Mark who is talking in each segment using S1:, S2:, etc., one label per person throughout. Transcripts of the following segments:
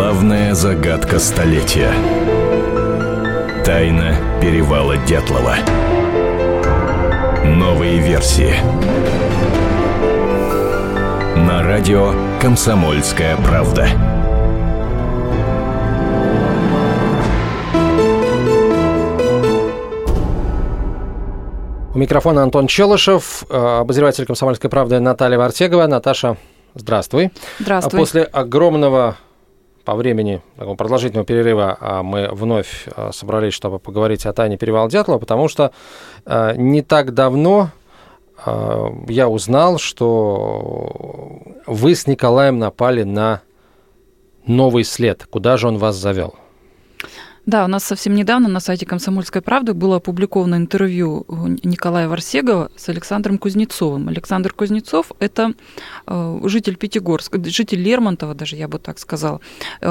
S1: Главная загадка столетия. Тайна перевала Дятлова. Новые версии. На радио «Комсомольская правда».
S2: У микрофона Антон Челышев, обозреватель «Комсомольской правды» Наталья Вартегова. Наташа, здравствуй.
S3: Здравствуй.
S2: После огромного по времени такого продолжительного перерыва мы вновь собрались, чтобы поговорить о тайне перевала Дятлова, потому что не так давно я узнал, что вы с Николаем напали на новый след. Куда же он вас завел?
S3: Да, у нас совсем недавно на сайте «Комсомольской правды» было опубликовано интервью Николая Варсегова с Александром Кузнецовым. Александр Кузнецов – это житель Пятигорска, житель Лермонтова даже, я бы так сказала. И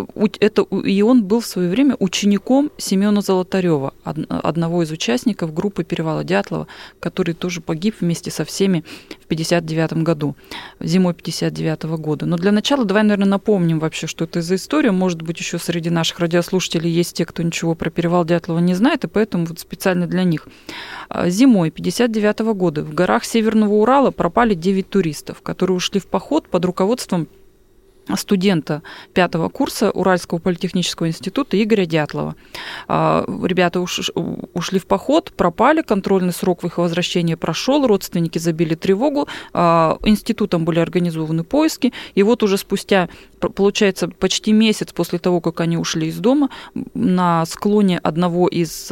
S3: он был в свое время учеником Семена Золотарева, одного из участников группы перевала Дятлова, который тоже погиб вместе со всеми в 1959 году, зимой 1959 года. Но для начала давай, наверное, напомним вообще, что это за история. Может быть, еще среди наших радиослушателей есть те, кто ничего про перевал Дятлова не знает, и поэтому вот специально для них. Зимой 1959 года в горах Северного Урала пропали 9 туристов, которые ушли в поход под руководством студента 5-го курса Уральского политехнического института Игоря Дятлова. Ребята ушли в поход, пропали, контрольный срок в их возвращения прошел, родственники забили тревогу, институтом были организованы поиски, и вот уже спустя, получается, почти месяц после того, как они ушли из дома, на склоне одного из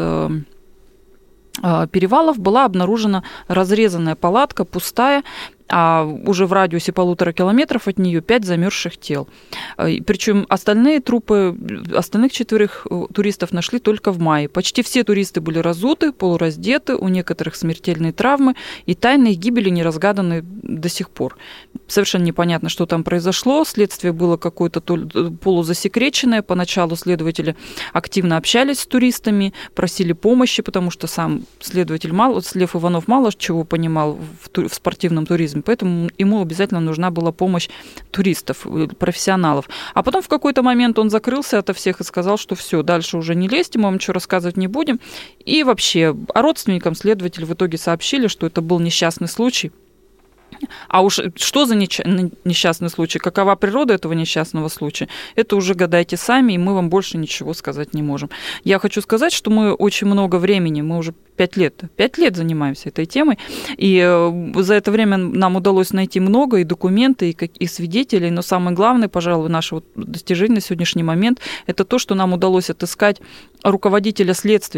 S3: перевалов была обнаружена разрезанная палатка, пустая, а уже в радиусе 1,5 километров от нее 5 замерзших тел. Причем остальные трупы, остальных 4 туристов нашли только в мае. Почти все туристы были разуты, полураздеты, у некоторых смертельные травмы, и тайны их гибели не разгаданы до сих пор. Совершенно непонятно, что там произошло. Следствие было какое-то полузасекреченное. Поначалу следователи активно общались с туристами, просили помощи, потому что сам следователь Лев Иванов мало чего понимал в спортивном туризме, поэтому ему обязательно нужна была помощь туристов, профессионалов. А потом в какой-то момент он закрылся ото всех и сказал, что все, дальше уже не лезьте, мы вам ничего рассказывать не будем. И вообще, родственникам следователи в итоге сообщили, что это был несчастный случай. А уж что за несчастный случай, какова природа этого несчастного случая, это уже гадайте сами, и мы вам больше ничего сказать не можем. Я хочу сказать, что мы очень много времени, мы уже 5 лет занимаемся этой темой, и за это время нам удалось найти много и документы, и свидетелей, но самое главное, пожалуй, наше достижение на сегодняшний момент, это то, что нам удалось отыскать руководителя следствия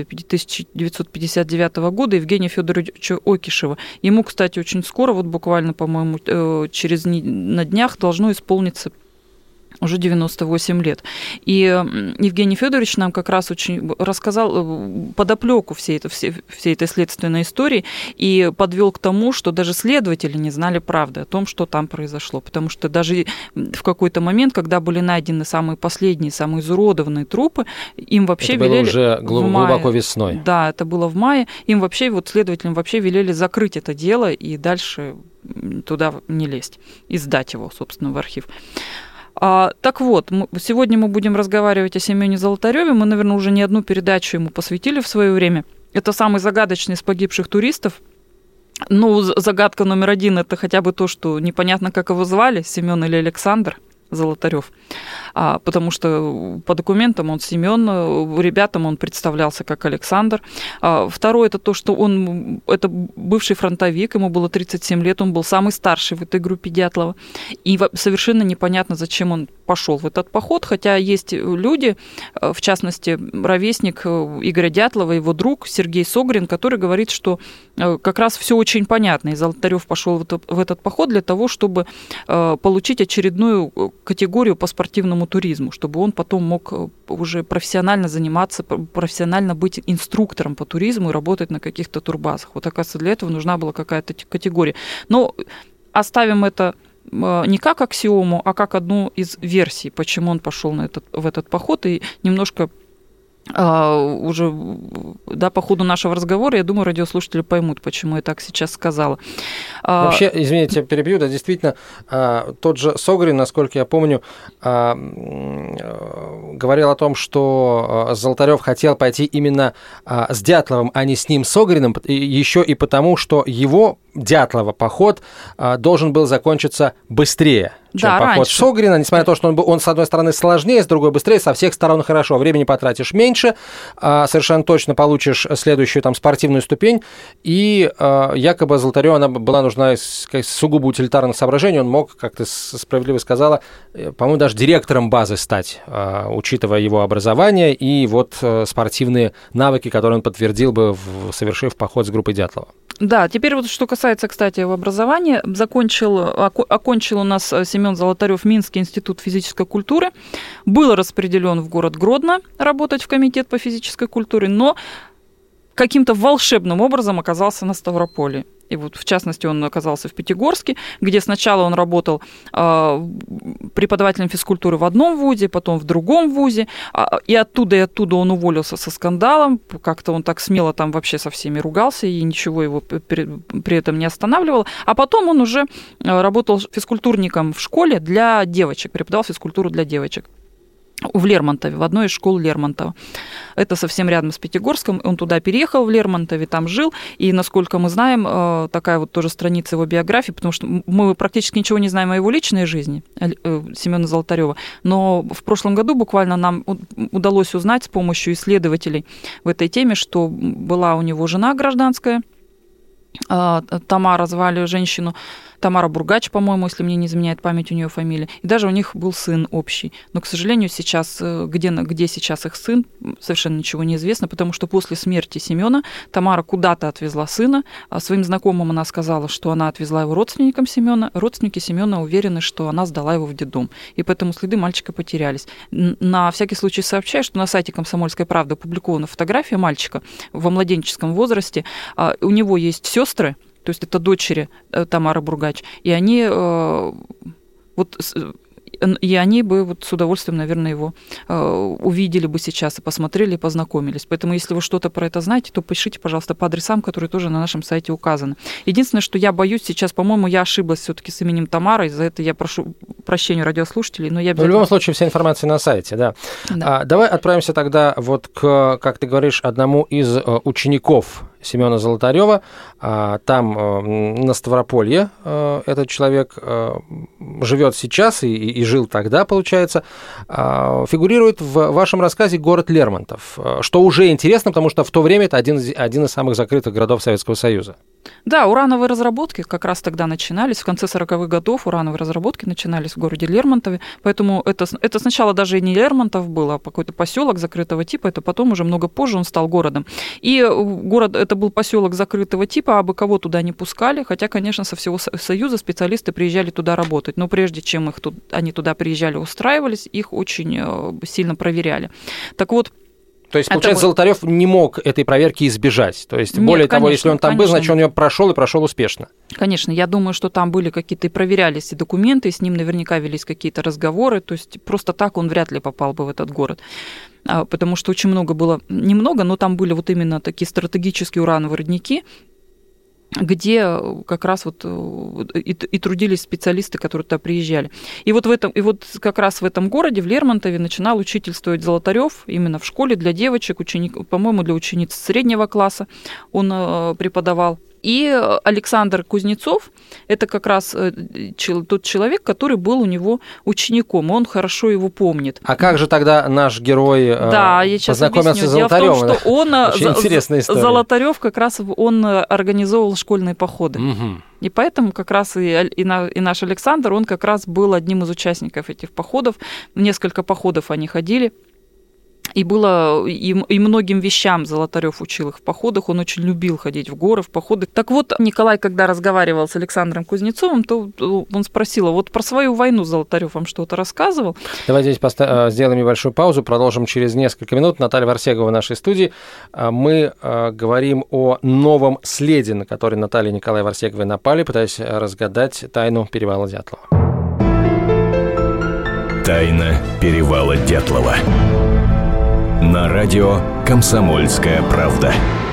S3: 1959 года Евгения Федоровича Окишева. Ему, кстати, очень скоро, вот буквально, по-моему, на днях должно исполниться уже 98 лет. И Евгений Федорович нам как раз очень рассказал подоплеку всей этой следственной истории и подвел к тому, что даже следователи не знали правды о том, что там произошло. Потому что даже в какой-то момент, когда были найдены самые последние, самые изуродованные трупы, им вообще
S2: это
S3: велели...
S2: Это было уже глубоко весной.
S3: Да, это было в мае. Им вообще, следователям вообще велели закрыть это дело и дальше туда не лезть, и сдать его, собственно, в архив. Так вот, сегодня мы будем разговаривать о Семене Золотареве. Мы, наверное, уже не одну передачу ему посвятили в свое время. Это самый загадочный из погибших туристов. Ну, загадка номер 1 – это хотя бы то, что непонятно, как его звали, Семен или Александр Золотарев. Потому что по документам он Семен, ребятам он представлялся как Александр. Второе – это то, что это бывший фронтовик, ему было 37 лет, он был самый старший в этой группе Дятлова. И совершенно непонятно, зачем он пошел в этот поход, хотя есть люди, в частности, ровесник Игоря Дятлова, его друг Сергей Согрин, который говорит, что как раз все очень понятно, и Золотарев пошел в этот поход для того, чтобы получить очередную категорию по спортивному туризму, чтобы он потом мог уже профессионально заниматься, профессионально быть инструктором по туризму и работать на каких-то турбазах. Вот, оказывается, для этого нужна была какая-то категория. Но оставим это не как аксиому, а как одну из версий, почему он пошел в этот поход, и немножко уже, да, по ходу нашего разговора, я думаю, радиослушатели поймут, почему я так сейчас сказала.
S2: Вообще, извините, перебью, да, действительно, тот же Согрин, насколько я помню, говорил о том, что Золотарев хотел пойти именно с Дятловым, а не с ним, Согриным, еще и потому, что его Дятлова поход должен был закончиться быстрее, чем поход
S3: раньше.
S2: Согрина, несмотря на то, что он, с одной стороны, сложнее, с другой быстрее, со всех сторон хорошо, времени потратишь меньше, совершенно точно получишь следующую там спортивную ступень, и якобы Золотареву она была нужна из сугубо утилитарных соображений, он мог, как ты справедливо сказала, по-моему, даже директором базы стать, учитывая его образование и вот спортивные навыки, которые он подтвердил бы, совершив поход с группой Дятлова.
S3: Да, теперь вот что касается, кстати, его образования, окончил у нас Семен Золотарев Минский институт физической культуры, был распределен в город Гродно работать в комитет по физической культуре, но каким-то волшебным образом оказался на Ставрополье. И вот, в частности, он оказался в Пятигорске, где сначала он работал преподавателем физкультуры в одном вузе, потом в другом вузе, и оттуда он уволился со скандалом, как-то он так смело там вообще со всеми ругался, и ничего его при этом не останавливало. А потом он уже работал физкультурником в школе для девочек, преподавал физкультуру для девочек. В Лермонтове, в одной из школ Лермонтова. Это совсем рядом с Пятигорском. Он туда переехал, в Лермонтове, там жил. И, насколько мы знаем, такая вот тоже страница его биографии, потому что мы практически ничего не знаем о его личной жизни, Семена Золотарева. Но в прошлом году буквально нам удалось узнать с помощью исследователей в этой теме, что была у него жена гражданская, Тамара звали женщину, Тамара Бургач, по-моему, если мне не изменяет память, у нее фамилия. И даже у них был сын общий. Но, к сожалению, сейчас, где сейчас их сын, совершенно ничего не известно, потому что после смерти Семена Тамара куда-то отвезла сына. А своим знакомым она сказала, что она отвезла его родственникам Семена. Родственники Семена уверены, что она сдала его в детдом. И поэтому следы мальчика потерялись. На всякий случай сообщаю, что на сайте «Комсомольской правды» опубликована фотография мальчика во младенческом возрасте. У него есть сестры, то есть это дочери Тамары Бургач, и они бы вот с удовольствием, наверное, его увидели бы сейчас и посмотрели, и познакомились. Поэтому, если вы что-то про это знаете, то пишите, пожалуйста, по адресам, которые тоже на нашем сайте указаны. Единственное, что я боюсь сейчас, по-моему, я ошиблась все-таки с именем Тамары, за это я прошу прощения радиослушателей, но я обязательно...
S2: В любом случае, вся информация на сайте, да. Давай отправимся тогда вот к, как ты говоришь, одному из учеников Семена Золотарева. Там на Ставрополье этот человек живет сейчас и жил тогда, получается. Фигурирует в вашем рассказе город Лермонтов, что уже интересно, потому что в то время это один из самых закрытых городов Советского Союза.
S3: Да, урановые разработки как раз тогда начинались. В конце 40-х годов урановые разработки начинались в городе Лермонтове. Поэтому это сначала даже и не Лермонтов был, а какой-то поселок закрытого типа. Это потом уже много позже он стал городом. И город, это был поселок закрытого типа, абы кого туда не пускали. Хотя, конечно, со всего Союза специалисты приезжали туда работать. Но прежде чем они туда приезжали, устраивались, их очень сильно проверяли. Так вот,
S2: то есть, получается, Золотарев не мог этой проверки избежать. То есть, более того, если он там был, значит, он ее прошел и прошел успешно. Конечно,
S3: я думаю, что там были какие-то и проверялись и документы, и с ним наверняка велись какие-то разговоры. То есть, просто так он вряд ли попал бы в этот город. Потому что очень много было, немного, но там были вот именно такие стратегические урановые родники, где как раз вот и трудились специалисты, которые туда приезжали. И вот как раз в этом городе, в Лермонтове, начинал учительствовать Золотарев именно в школе для девочек, по-моему, для учениц среднего класса он преподавал. И Александр Кузнецов – это как раз тот человек, который был у него учеником, он хорошо его помнит.
S2: А как же тогда наш герой познакомился с Золотаревым?
S3: Дело в том, что Золотарев как раз он организовывал школьные походы. Угу. И поэтому как раз и наш Александр, он как раз был одним из участников этих походов. Несколько походов они ходили. И многим вещам Золотарев учил их в походах, он очень любил ходить в горы, в походы. Так вот, Николай, когда разговаривал с Александром Кузнецовым, то он спросил, а вот про свою войну Золотарев вам что-то рассказывал?
S2: Давайте здесь сделаем небольшую паузу, продолжим через несколько минут. Наталья Варсегова в нашей студии. Мы говорим о новом следе, на который Наталья и Николай Варсеговы напали, пытаясь разгадать тайну перевала Дятлова.
S1: Тайна перевала Дятлова. На радио «Комсомольская правда».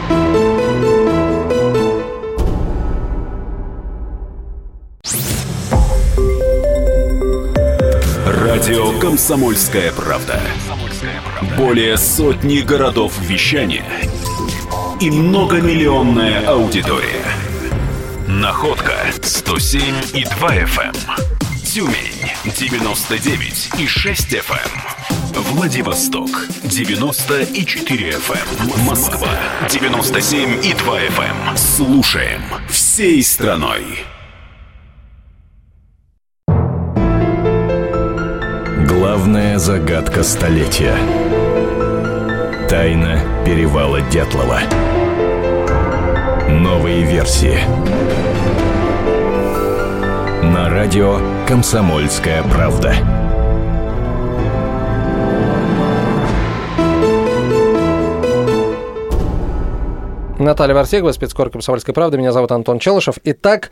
S4: Радио «Комсомольская правда». Более сотни городов вещания и многомиллионная аудитория. Находка 107,2 FM. Тюмень 99,6 FM. Владивосток 90,4 FM. Москва 97,2 FM. Слушаем всей страной.
S1: Главная загадка столетия. Тайна перевала Дятлова. Новые версии. На радио «Комсомольская правда».
S2: Наталья Варсегова, спецкор «Комсомольской правды». Меня зовут Антон Челышев. Итак,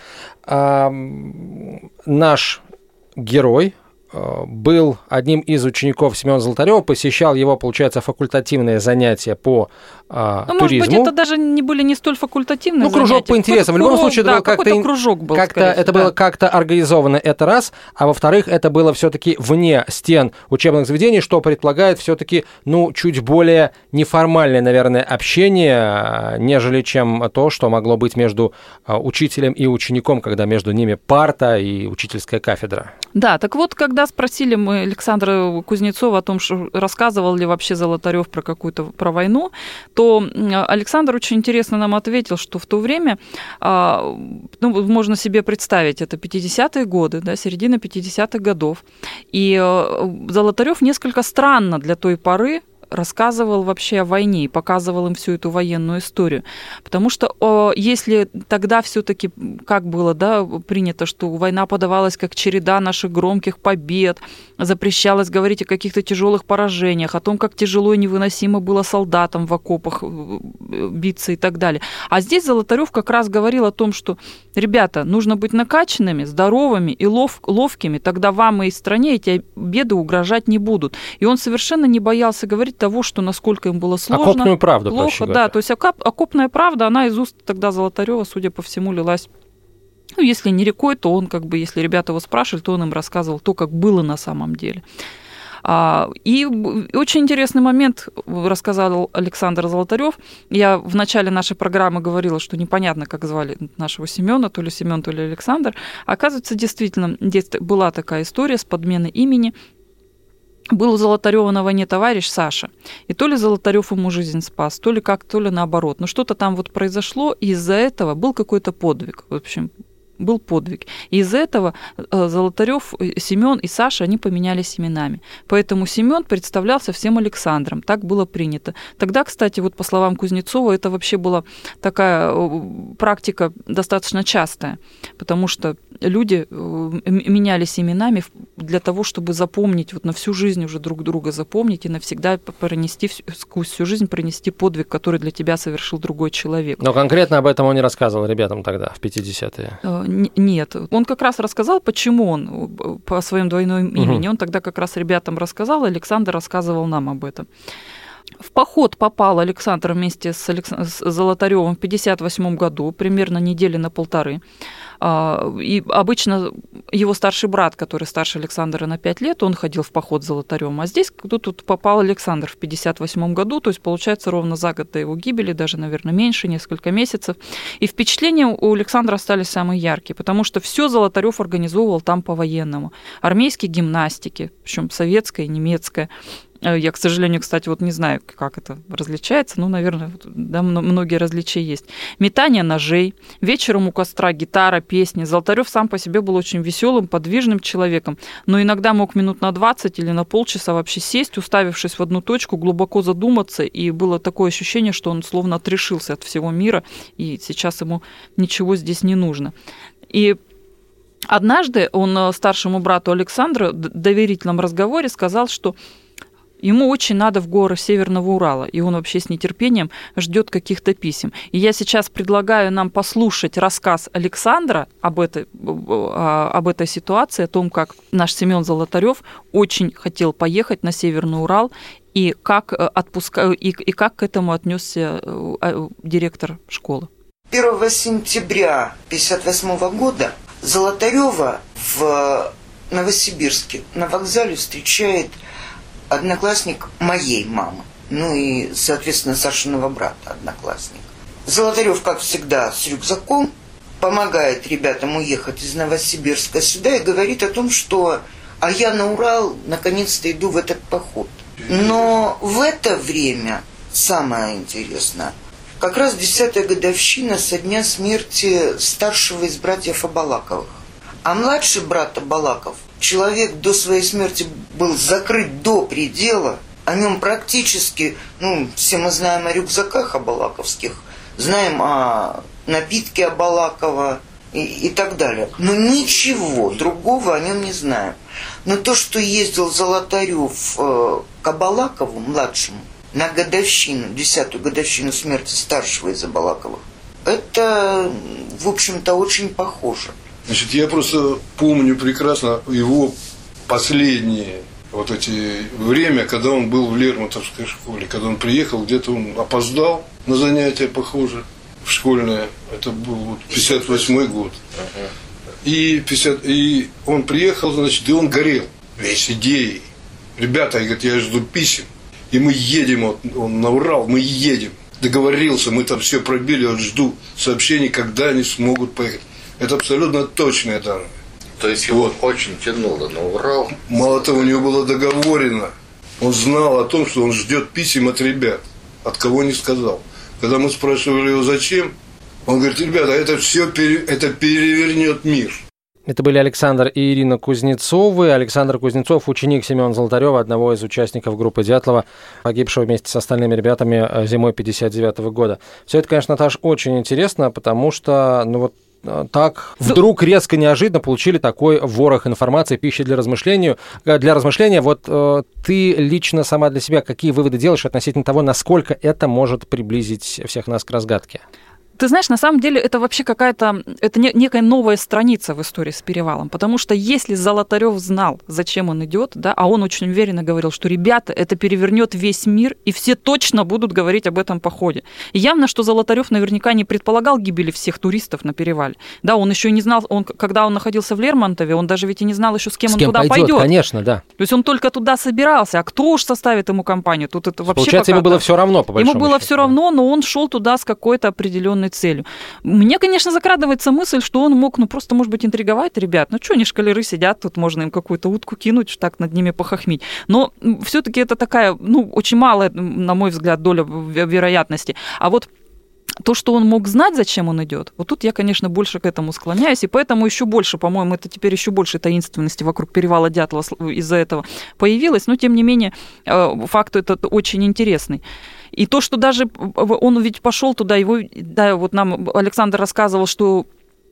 S2: наш герой был одним из учеников Семёна Золотарева, посещал его, получается, факультативные занятия по туризму.
S3: Может быть, это даже были не столь факультативные занятия.
S2: Кружок по интересам. В любом случае, это было
S3: кружок был,
S2: это было как-то организовано, это раз, а во-вторых, это было все-таки вне стен учебных заведений, что предполагает все-таки, чуть более неформальное, наверное, общение, нежели чем то, что могло быть между учителем и учеником, когда между ними парта и учительская кафедра.
S3: Да, так вот, когда спросили мы Александра Кузнецова о том, что рассказывал ли вообще Золотарев про войну, то Александр очень интересно нам ответил, что в то время, можно себе представить, это 50-е годы, да, середина 50-х годов, и Золотарев несколько странно для той поры рассказывал вообще о войне и показывал им всю эту военную историю. Потому что если тогда все-таки, как было, да, принято, что война подавалась как череда наших громких побед, запрещалось говорить о каких-то тяжелых поражениях, о том, как тяжело и невыносимо было солдатам в окопах биться и так далее. А здесь Золотарев как раз говорил о том, что, ребята, нужно быть накачанными, здоровыми и ловкими, тогда вам и стране эти беды угрожать не будут. И он совершенно не боялся говорить того, что насколько им было сложно,
S2: окопную правду,
S3: плохо. Да, то есть окопная правда, она из уст тогда Золотарева, судя по всему, лилась, если не рекой, то он если ребята его спрашивали, то он им рассказывал то, как было на самом деле. И очень интересный момент рассказал Александр Золотарев. Я в начале нашей программы говорила, что непонятно, как звали нашего Семёна, то ли Семён, то ли Александр. Оказывается, действительно, была такая история с подменой имени. Был у Золотарёва на войне товарищ Саша, и то ли Золотарёв ему жизнь спас, то ли наоборот. Но что-то там произошло, и из-за этого был какой-то подвиг. В общем, был подвиг. И из-за этого Золотарёв, Семён и Саша, они поменялись именами. Поэтому Семён представлялся всем Александром. Так было принято. Тогда, кстати, по словам Кузнецова, это вообще была такая практика достаточно частая, потому что люди менялись именами для того, чтобы запомнить, на всю жизнь уже друг друга запомнить и навсегда сквозь всю жизнь пронести подвиг, который для тебя совершил другой человек.
S2: Но конкретно об этом он не рассказывал ребятам тогда, в 50-е.
S3: Нет. Он как раз рассказал, почему он по своему двойному имени. Он тогда как раз ребятам рассказал, и Александр рассказывал нам об этом. В поход попал Александр вместе с Золотарёвым в 1958 году, примерно недели на полторы. И обычно его старший брат, который старше Александра на 5 лет, он ходил в поход с Золотарёвым. А здесь тут попал Александр в 1958 году, то есть, получается, ровно за год до его гибели, даже, наверное, меньше, несколько месяцев. И впечатления у Александра остались самые яркие, потому что все Золотарёв организовывал там по-военному. Армейские гимнастики, причем советская и немецкая. Я, к сожалению, кстати, не знаю, как это различается, наверное, да, многие различия есть. Метание ножей, вечером у костра гитара, песни. Золотарёв сам по себе был очень веселым, подвижным человеком, но иногда мог минут на 20 или на полчаса вообще сесть, уставившись в одну точку, глубоко задуматься, и было такое ощущение, что он словно отрешился от всего мира, и сейчас ему ничего здесь не нужно. И однажды он старшему брату Александру в доверительном разговоре сказал, что ему очень надо в горы Северного Урала, и он вообще с нетерпением ждет каких-то писем. И я сейчас предлагаю нам послушать рассказ Александра об этой ситуации, о том, как наш Семён Золотарёв очень хотел поехать на Северный Урал и как как к этому отнесся директор школы?
S5: 1 сентября 1958 года Золотарева в Новосибирске на вокзале встречает одноклассник моей мамы, ну и, соответственно, Сашиного брата одноклассник. Золотарев, как всегда, с рюкзаком, помогает ребятам уехать из Новосибирска сюда и говорит о том, что «а я на Урал наконец-то иду в этот поход». Но в это время, самое интересное, как раз 10-я годовщина со дня смерти старшего из братьев Абалаковых. А младший брат Абалаков, человек до своей смерти был закрыт до предела, о нем практически, все мы знаем о рюкзаках абалаковских, знаем о напитке Абалакова и так далее. Но ничего другого о нем не знаем. Но то, что ездил Золотарев к Абалакову, младшему, на годовщину, 10-ю годовщину смерти старшего из Абалаковых, это, в общем-то, очень похоже.
S6: Значит, я просто помню прекрасно его последние вот эти время, когда он был в Лермонтовской школе, когда он приехал, где-то он опоздал на занятия, похоже, в школьное, это был 58-й год. И он приехал, значит, и он горел весь идеей. Ребята, я жду писем, и мы едем, он на Урал, мы едем. Договорился, мы там все пробили, жду сообщений, когда они смогут поехать. Это абсолютно точные данные.
S7: То есть его очень тянуло на Урал.
S6: Мало того, у него было договорено. Он знал о том, что он ждет писем от ребят, от кого не сказал. Когда мы спрашивали его, зачем, он говорит: ребята, это все это перевернет мир.
S2: Это были Александр и Ирина Кузнецовы. Александр Кузнецов – ученик Семена Золотарева, одного из участников группы Дятлова, погибшего вместе с остальными ребятами зимой 1959 года. Все это, конечно, Наташ, очень интересно, потому что, так вдруг резко, неожиданно получили такой ворох информации, пищи для размышления. Вот ты лично сама для себя какие выводы делаешь относительно того, насколько это может приблизить всех нас к разгадке?
S3: Ты знаешь, на самом деле это вообще некая новая страница в истории с Перевалом, потому что если Золотарев знал, зачем он идет, да, а он очень уверенно говорил, что ребята, это перевернет весь мир, и все точно будут говорить об этом походе. И явно, что Золотарев наверняка не предполагал гибели всех туристов на Перевале. Да, он еще и не знал, когда он находился в Лермонтове, он даже ведь и не знал еще, с кем он туда пойдет.
S2: Конечно, да.
S3: То есть он только туда собирался, а кто уж составит ему компанию? Тут это вообще
S2: получается, ему было все равно, по большому счету.
S3: Ему было все равно, но он шел туда с какой-то определенной целью. Мне, конечно, закрадывается мысль, что он мог, просто, может быть, интриговать ребят. Что они, школяры, сидят, тут можно им какую-то утку кинуть, так над ними похохмить. Но все-таки это такая, очень малая, на мой взгляд, доля вероятности. А вот то, что он мог знать, зачем он идет, вот тут я, конечно, больше к этому склоняюсь, и поэтому еще больше, по-моему, это теперь еще больше таинственности вокруг Перевала Дятлова из-за этого появилось, но, тем не менее, факт этот очень интересный. И то, что даже он ведь пошел туда, вот нам Александр рассказывал, что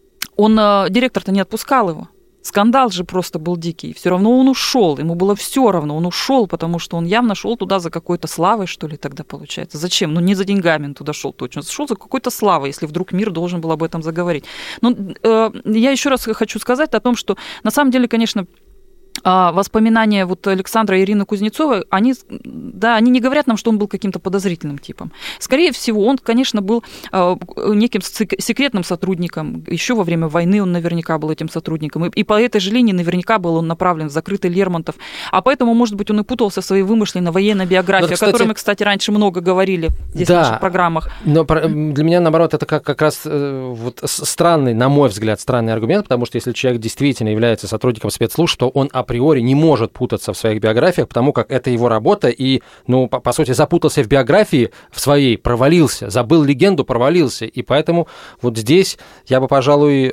S3: директор-то не отпускал его. Скандал же просто был дикий. Все равно он ушел, ему было все равно, он ушел, потому что он явно шел туда за какой-то славой, что ли, тогда получается. Зачем? Не за деньгами он туда шел точно, шел за какой-то славой, если вдруг мир должен был об этом заговорить. Но я еще раз хочу сказать о том, что на самом деле, конечно, воспоминания Александра и Ирины Кузнецовой, они не говорят нам, что он был каким-то подозрительным типом. Скорее всего, он, конечно, был неким секретным сотрудником. Еще во время войны он наверняка был этим сотрудником. И по этой же линии наверняка был он направлен в закрытый Лермонтов. А поэтому, может быть, он и путался в своей вымышленной военной биографии, о которой мы, кстати, раньше много говорили здесь в наших программах.
S2: Но для меня, наоборот, это как раз странный, на мой взгляд, странный аргумент, потому что если человек действительно является сотрудником спецслужб, то он априори не может путаться в своих биографиях, потому как это его работа, и, по сути, запутался в биографии в своей, провалился, забыл легенду, провалился, и поэтому вот здесь я бы, пожалуй,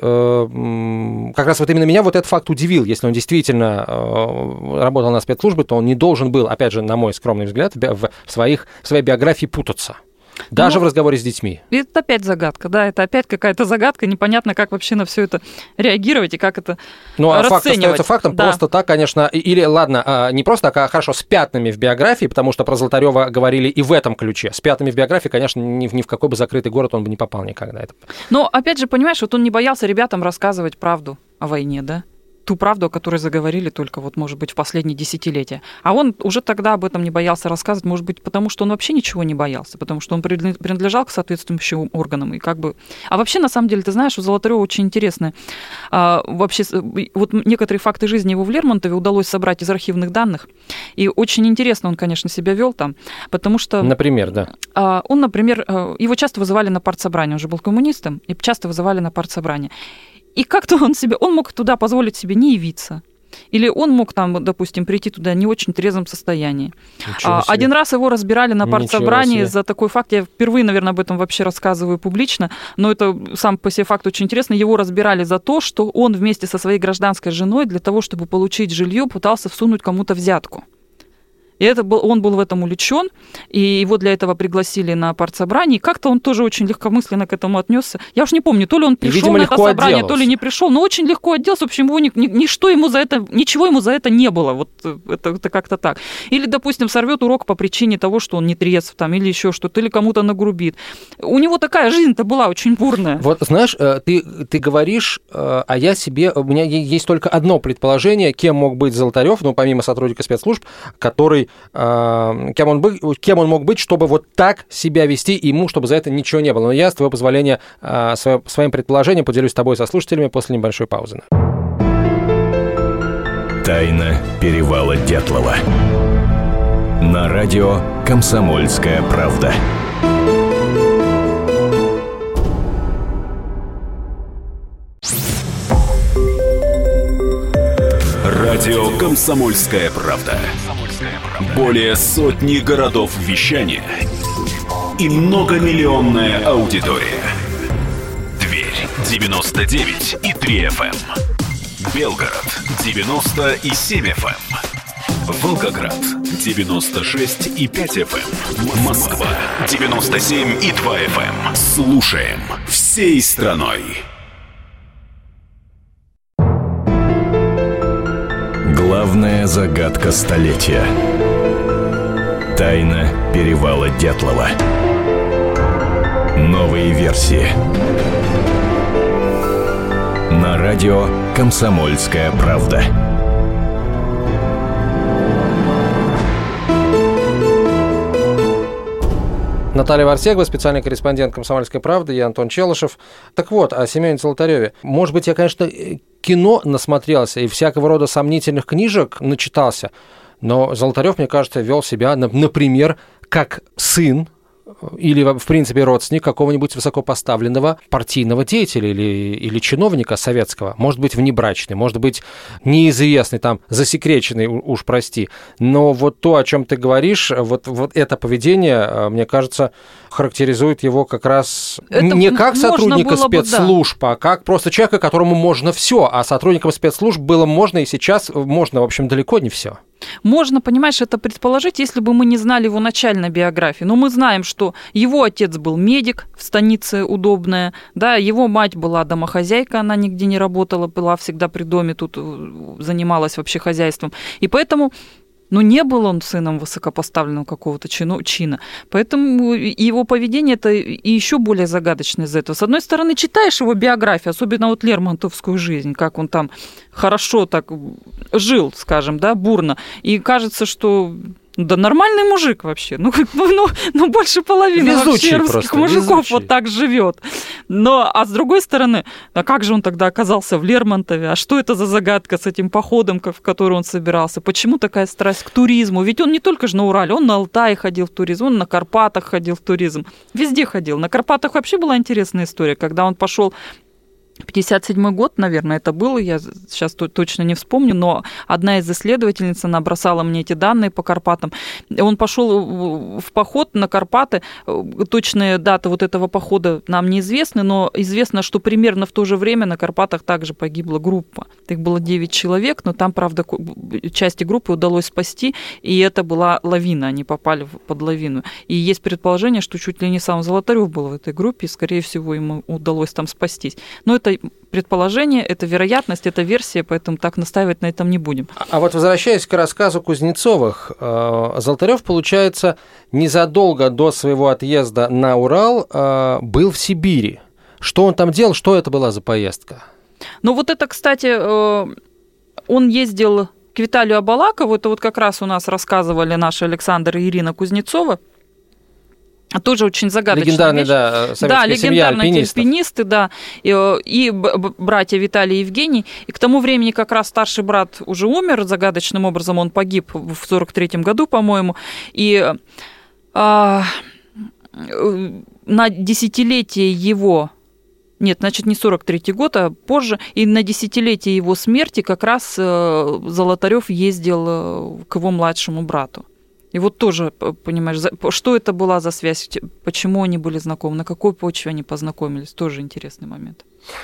S2: как раз именно меня этот факт удивил. Если он действительно работал на спецслужбы, то он не должен был, опять же, на мой скромный взгляд, в своей биографии путаться. Даже в разговоре с детьми.
S3: Это опять загадка, да, это опять какая-то загадка, непонятно, как вообще на все это реагировать и как это расценивать. Факт остается фактом,
S2: да. Просто так, конечно, или, ладно, не просто так, а хорошо, с пятнами в биографии, потому что про Золотарева говорили и в этом ключе. С пятнами в биографии, конечно, ни в какой бы закрытый город он бы не попал никогда.
S3: Но, опять же, понимаешь, он не боялся ребятам рассказывать правду о войне, да? ту правду, о которой заговорили только, вот, может быть, в последние десятилетия. А он уже тогда об этом не боялся рассказывать, может быть, потому что он вообще ничего не боялся, потому что он принадлежал к соответствующим органам. И как бы... А вообще, на самом деле, ты знаешь, у Золотарева очень интересно. Вообще, вот некоторые факты жизни его в Лермонтове удалось собрать из архивных данных. И очень интересно он, конечно, себя вел там, потому что...
S2: Например, да.
S3: Он, например, его часто вызывали на партсобрание, он же был коммунистом, и часто вызывали на партсобрание. И как-то он мог туда позволить себе не явиться. Или он мог там, допустим, прийти туда не в очень трезвом состоянии. Один раз его разбирали на партсобрании за такой факт. Я впервые, наверное, об этом вообще рассказываю публично, но это сам по себе факт очень интересный. Его разбирали за то, что он вместе со своей гражданской женой для того, чтобы получить жилье, пытался всунуть кому-то взятку. И он был в этом увлечен, и его для этого пригласили на партсобрание. И как-то он тоже очень легкомысленно к этому отнесся. Я уж не помню, то ли он пришел на это собрание, то ли не пришел, но очень легко отделался. В общем, ничего ему за это не было. Вот это как-то так. Или, допустим, сорвет урок по причине того, что он не трезв, там, или еще что-то, или кому-то нагрубит. У него такая жизнь-то была очень бурная.
S2: Вот знаешь, ты говоришь, а я себе... У меня есть только одно предположение, кем мог быть Золотарев, ну, помимо сотрудника спецслужб, который кем он мог быть, чтобы вот так себя вести, и ему, чтобы за это ничего не было. Но я, с твоего позволения, своим предположением поделюсь с тобой, со слушателями, после небольшой паузы.
S1: Тайна перевала Дятлова. На радио «Комсомольская правда».
S4: Радио «Комсомольская правда». Более сотни городов вещания и многомиллионная аудитория. Тверь 99,3 FM. Белгород 90,7 FM. Волгоград 96,5 FM. Москва 97,2 FM. Слушаем всей страной.
S1: Главная загадка столетия. Тайна перевала Дятлова. Новые версии. На радио «Комсомольская правда».
S2: Наталья Варсегова, специальный корреспондент «Комсомольской правды», я Антон Челышев. Так вот, о Семёне Золотарёве. Может быть, я, конечно, кино насмотрелся и всякого рода сомнительных книжек начитался, но Золотарёв, мне кажется, вел себя, например, как сын или, в принципе, родственник какого-нибудь высокопоставленного партийного деятеля или чиновника советского. Может быть, внебрачный, может быть, неизвестный, там, засекреченный, уж прости. Но вот то, о чем ты говоришь, вот это поведение, мне кажется, характеризует его как раз не как сотрудника спецслужб, а как просто человека, которому можно все, а сотрудникам спецслужб было можно и сейчас можно, в общем, далеко не все.
S3: Можно, понимаешь, это предположить, если бы мы не знали его начальной биографии. Но мы знаем, что его отец был медик в станице Удобная, да, его мать была домохозяйка, она нигде не работала, была всегда при доме, тут занималась вообще хозяйством. И поэтому... Но не был он сыном высокопоставленного какого-то чина. Поэтому его поведение это и еще более загадочное из-за этого. С одной стороны, читаешь его биографию, особенно вот Лермонтовскую жизнь, как он там хорошо так жил, скажем, да, бурно. И кажется, что... Да нормальный мужик вообще. Ну больше половины вообще русских мужиков вот так живет. А с другой стороны, а как же он тогда оказался в Лермонтове? А что это за загадка с этим походом, в который он собирался? Почему такая страсть к туризму? Ведь он не только же на Урале, он на Алтае ходил в туризм, он на Карпатах ходил в туризм. Везде ходил. На Карпатах вообще была интересная история, когда он пошел... 57-й год, наверное, это был, я сейчас точно не вспомню, но одна из исследовательниц, она бросала мне эти данные по Карпатам. Он пошел в поход на Карпаты, точные даты вот этого похода нам неизвестны, но известно, что примерно в то же время на Карпатах также погибла группа. Их было 9 человек, но там, правда, части группы удалось спасти, и это была лавина, они попали под лавину. И есть предположение, что чуть ли не сам Золотарёв был в этой группе, и, скорее всего, ему удалось там спастись. Но это предположение, это вероятность, это версия, поэтому так настаивать на этом не будем.
S2: А вот возвращаясь к рассказу Кузнецовых, Золотарёв, получается, незадолго до своего отъезда на Урал был в Сибири. Что он там делал, что это была за поездка?
S3: Ну вот это, кстати, он ездил к Виталию Абалакову, это вот как раз у нас рассказывали наши Александр и Ирина Кузнецова, тоже очень загадочная
S2: легендарный,
S3: вещь.
S2: Да, советская семья альпинистов.
S3: Альпинисты, да, и братья Виталий и Евгений. И к тому времени как раз старший брат уже умер, загадочным образом он погиб в 1943 году, по-моему, и на десятилетие его... Нет, значит, не 43-й год, а позже. И на десятилетие его смерти как раз Золотарёв ездил к его младшему брату. И вот тоже, понимаешь, что это была за связь, почему они были знакомы, на какой почве они познакомились, тоже интересный момент.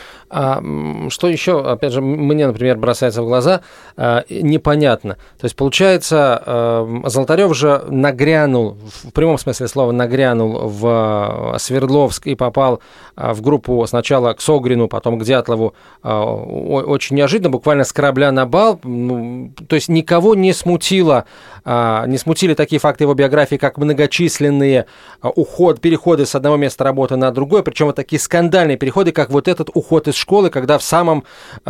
S2: Что еще, опять же, мне, например, бросается в глаза, непонятно. То есть, получается, Золотарёв же нагрянул, в прямом смысле слова, нагрянул в Свердловск и попал в группу сначала к Согрину, потом к Дятлову очень неожиданно, буквально с корабля на бал. То есть, никого не смутили такие факты его биографии, как многочисленные переходы с одного места работы на другое, причем вот такие скандальные переходы, как вот этот уход из школы, когда в самом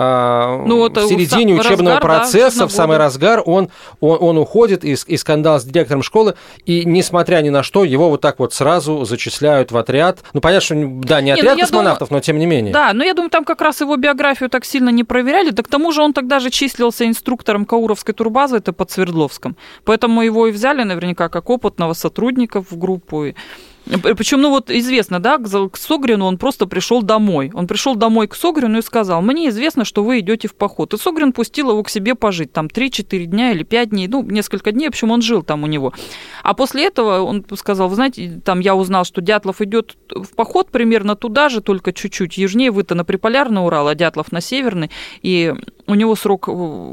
S2: в середине учебного процесса, да, в самый разгар он уходит, и скандал с директором школы, и несмотря ни на что, его вот так вот сразу зачисляют в отряд. Ну, понятно, что, да, не отряд космонавтов, но тем не менее.
S3: Да, но я думаю, там как раз его биографию так сильно не проверяли, да к тому же он тогда же числился инструктором Кауровской турбазы, это под Свердловском, поэтому его и взяли наверняка как опытного сотрудника в группу. Причем, известно, да, к Согрину он просто пришел домой. Он пришел домой к Согрину и сказал: мне известно, что вы идете в поход. И Согрин пустил его к себе пожить, там 3-4 дня или 5 дней, несколько дней, в общем, он жил там у него. А после этого он сказал: вы знаете, там я узнал, что Дятлов идет в поход примерно туда же, только чуть-чуть южнее, вы-то на Приполярный Урал, а Дятлов на Северный, и у него срок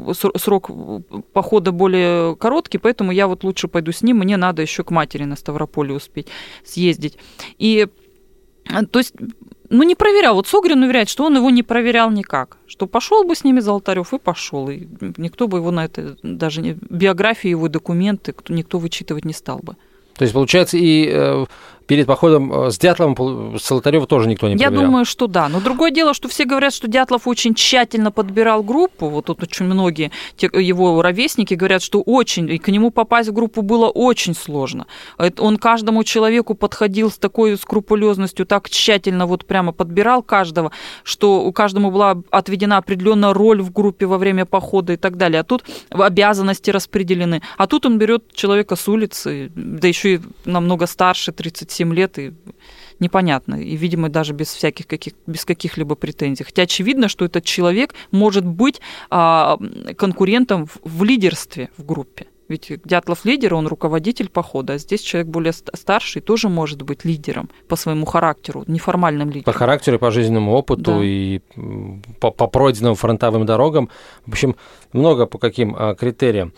S3: похода более короткий, поэтому я вот лучше пойду с ним, мне надо еще к матери на Ставрополе успеть съездить. И, то есть, не проверял. Вот Согрин уверяет, что он его не проверял никак. Что пошел бы с ними Золотарёв и пошел. И никто бы его на это, даже биографию его, документы, никто вычитывать не стал бы.
S2: То есть, получается, и перед походом с Дятловым Золотарёва тоже никто не проверял?
S3: Я думаю, что да. Но другое дело, что все говорят, что Дятлов очень тщательно подбирал группу. Вот тут очень многие его ровесники говорят, что и к нему попасть в группу было очень сложно. Он каждому человеку подходил с такой скрупулезностью, так тщательно вот прямо подбирал каждого, что каждому была отведена определенная роль в группе во время похода и так далее. А тут обязанности распределены. А тут он берет человека с улицы, да еще и намного старше, 37 лет, и непонятно, и, видимо, даже без каких-либо претензий. Хотя очевидно, что этот человек может быть конкурентом в лидерстве в группе. Ведь Дятлов лидер, он руководитель похода, а здесь человек более старший тоже может быть лидером по своему характеру, неформальным лидером.
S2: По характеру, по жизненному опыту, да, и по пройденным фронтовым дорогам. В общем, много по каким критериям.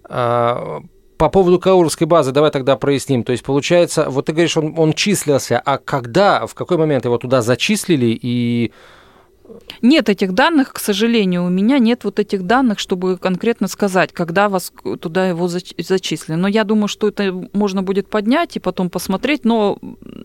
S2: По поводу Кауровской базы давай тогда проясним. То есть, получается, вот ты говоришь, он числился, а в какой момент его туда зачислили и...
S3: Нет этих данных, к сожалению, у меня нет вот этих данных, чтобы конкретно сказать, когда вас туда его зачислили. Но я думаю, что это можно будет поднять и потом посмотреть, но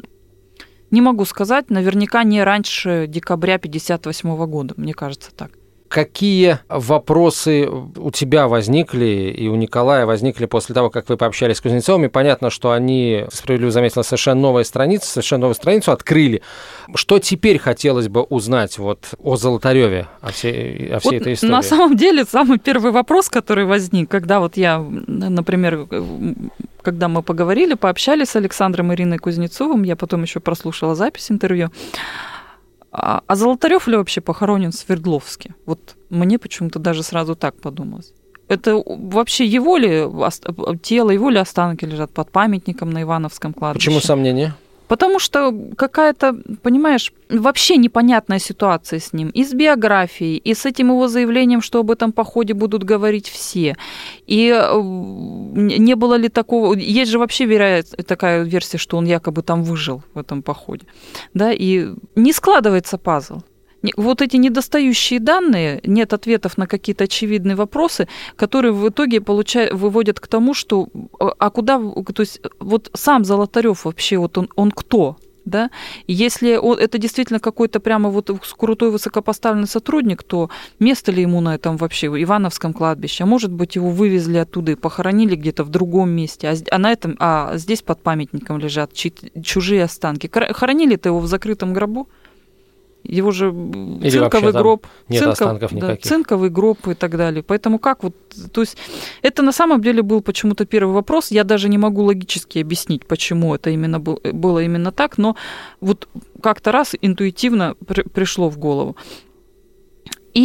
S3: не могу сказать, наверняка не раньше декабря 1958 года, мне кажется так.
S2: Какие вопросы у тебя возникли и у Николая возникли после того, как вы пообщались с Кузнецовыми? Понятно, что они, справедливо заметила, совершенно новую страницу открыли. Что теперь хотелось бы узнать вот о Золотарёве, о всей этой истории?
S3: На самом деле, самый первый вопрос, который возник, когда вот я, например, когда мы пообщались с Александром и Ириной Кузнецовым, я потом еще прослушала запись интервью, а Золотарёв ли вообще похоронен в Свердловске? Вот мне почему-то даже сразу так подумалось. Это вообще его ли тело, его ли останки лежат под памятником на Ивановском кладбище?
S2: Почему сомнения?
S3: Потому что какая-то, понимаешь, вообще непонятная ситуация с ним. И с биографией, и с этим его заявлением, что об этом походе будут говорить все. И не было ли такого... Есть же вообще такая версия, что он якобы там выжил в этом походе. Да? И не складывается пазл. Вот эти недостающие данные, нет ответов на какие-то очевидные вопросы, которые в итоге выводят к тому, что... А куда... То есть вот сам Золотарёв вообще, вот он кто? Да? И если это действительно какой-то прямо вот крутой высокопоставленный сотрудник, то место ли ему на этом вообще Ивановском кладбище? А может быть, его вывезли оттуда и похоронили где-то в другом месте, а здесь под памятником лежат чужие останки. Хоронили-то его в закрытом гробу? Его же цинковый гроб,
S2: нет останков никаких.
S3: Да, цинковый гроб и так далее. Поэтому то есть это на самом деле был почему-то первый вопрос. Я даже не могу логически объяснить, почему это именно было именно так, но вот как-то раз интуитивно пришло в голову. И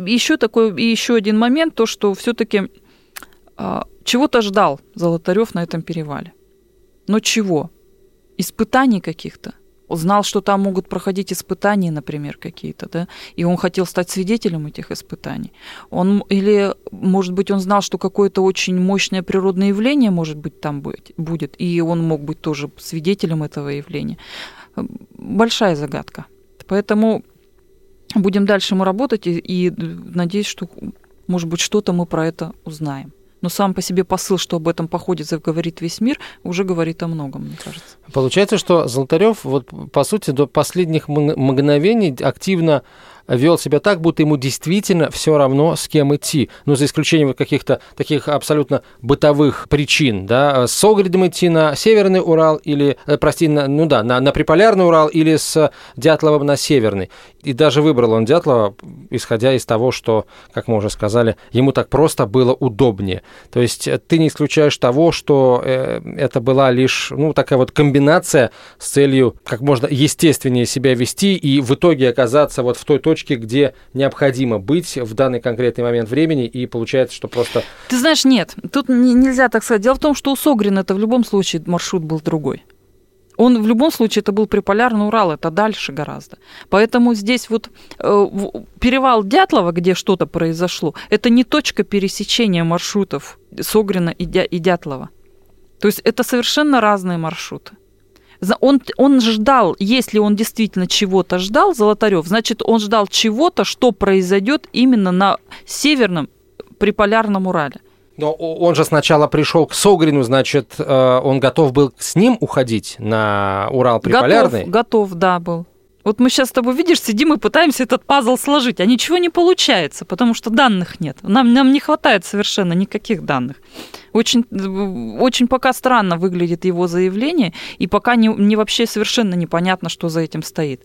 S3: еще один момент, то, что все-таки чего-то ждал Золотарев на этом перевале. Но чего? Испытаний каких-то. Он знал, что там могут проходить испытания, например, какие-то, да, и он хотел стать свидетелем этих испытаний. Или, может быть, он знал, что какое-то очень мощное природное явление, может быть, там будет, и он мог быть тоже свидетелем этого явления. Большая загадка. Поэтому будем дальше мы работать, и надеюсь, что, может быть, что-то мы про это узнаем. Но сам по себе посыл, что об этом походе заговорит весь мир, уже говорит о многом, мне кажется.
S2: Получается, что Золотарев, вот, по сути, до последних мгновений активно вел себя так, будто ему действительно все равно, с кем идти. Ну, за исключением каких-то таких абсолютно бытовых причин. Да? С Огридом идти на Северный Урал или, на Приполярный Урал или с Дятловым на Северный. И даже выбрал он Дятлова, исходя из того, что, как мы уже сказали, ему так просто было удобнее. То есть ты не исключаешь того, что это была лишь такая вот комбинация с целью как можно естественнее себя вести и в итоге оказаться вот в той точке, где необходимо быть в данный конкретный момент времени, и получается, что просто...
S3: Ты знаешь, нет, тут нельзя так сказать. Дело в том, что у Согрина это в любом случае маршрут был другой. Он в любом случае, это был Приполярный Урал, это дальше гораздо. Поэтому здесь вот перевал Дятлова, где что-то произошло, это не точка пересечения маршрутов Согрина и Дятлова. То есть это совершенно разные маршруты. Он ждал, если он действительно чего-то ждал, Золотарев, значит, он ждал чего-то, что произойдет именно на Северном Приполярном Урале.
S2: Но он же сначала пришел к Согрину, значит, он готов был с ним уходить на Урал Приполярный?
S3: Готов, да, был. Вот мы сейчас с тобой, видишь, сидим и пытаемся этот пазл сложить, а ничего не получается, потому что данных нет. Нам не хватает совершенно никаких данных. Очень, очень пока странно выглядит его заявление, и пока не вообще совершенно непонятно, что за этим стоит.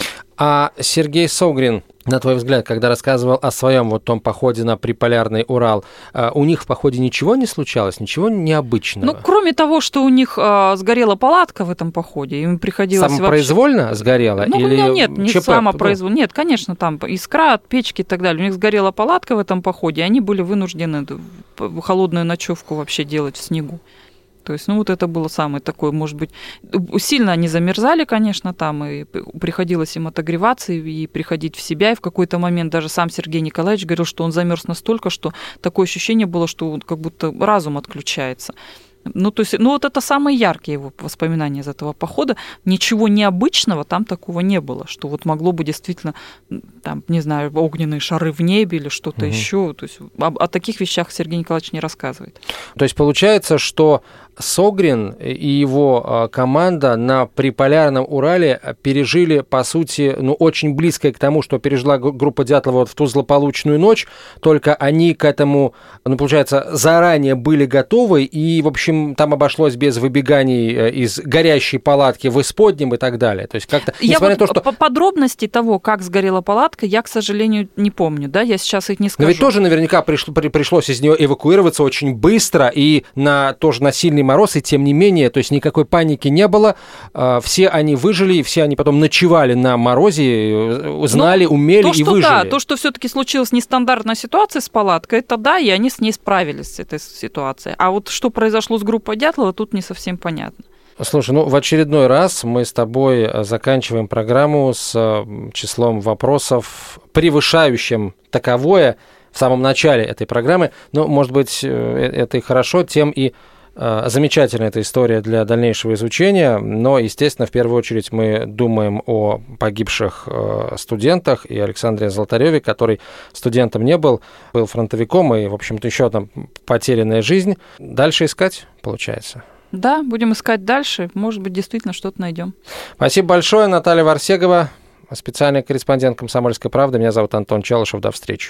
S2: А Сергей Согрин, на твой взгляд, когда рассказывал о своем вот том походе на Приполярный Урал, у них в походе ничего не случалось, ничего необычного?
S3: Ну, кроме того, что у них сгорела палатка в этом походе, им приходилось
S2: самопроизвольно вообще... сгорела?
S3: Ну,
S2: или
S3: нет, не
S2: ЧП?
S3: Самопроизвольно. Нет, конечно, там искра от печки и так далее. У них сгорела палатка в этом походе, и они были вынуждены холодную ночевку вообще делать в снегу. То есть, вот это было самое такое, может быть, сильно они замерзали, конечно, там, и приходилось им отогреваться и приходить в себя, и в какой-то момент даже сам Сергей Николаевич говорил, что он замерз настолько, что такое ощущение было, что как будто разум отключается. То есть, вот это самые яркие его воспоминания из этого похода. Ничего необычного там такого не было, что вот могло бы действительно, там, не знаю, огненные шары в небе или что-то еще. То есть о таких вещах Сергей Николаевич не рассказывает.
S2: То есть получается, что Согрин и его команда на Приполярном Урале пережили, по сути, очень близкое к тому, что пережила группа Дятлова в ту злополучную ночь, только они к этому, получается, заранее были готовы, и, в общем, там обошлось без выбеганий из горящей палатки в исподнем и так далее. То есть как-то, несмотря на то, что...
S3: Подробностей того, как сгорела палатка, я, к сожалению, не помню, да, я сейчас их не скажу.
S2: Но ведь тоже наверняка пришлось из нее эвакуироваться очень быстро и тоже на сильный мороз, и тем не менее, то есть никакой паники не было, все они выжили, и все они потом ночевали на морозе, знали, умели и выжили. Да,
S3: то, что все-таки случилась нестандартная ситуация с палаткой, это да, и они с ней справились, с этой ситуацией. А вот что произошло с группой Дятлова, тут не совсем понятно.
S2: Слушай, в очередной раз мы с тобой заканчиваем программу с числом вопросов, превышающим таковое в самом начале этой программы. Но, может быть, это и хорошо, тем и замечательная эта история для дальнейшего изучения, но, естественно, в первую очередь мы думаем о погибших студентах и Александре Золотареве, который студентом не был фронтовиком, и, в общем-то, еще одна потерянная жизнь. Дальше искать, получается.
S3: Да, будем искать дальше. Может быть, действительно что-то найдем.
S2: Спасибо большое, Наталья Варсегова, специальный корреспондент «Комсомольской правды». Меня зовут Антон Челышев. До встречи.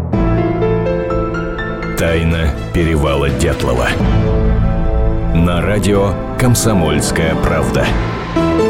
S1: Тайна перевала Дятлова. На радио «Комсомольская правда».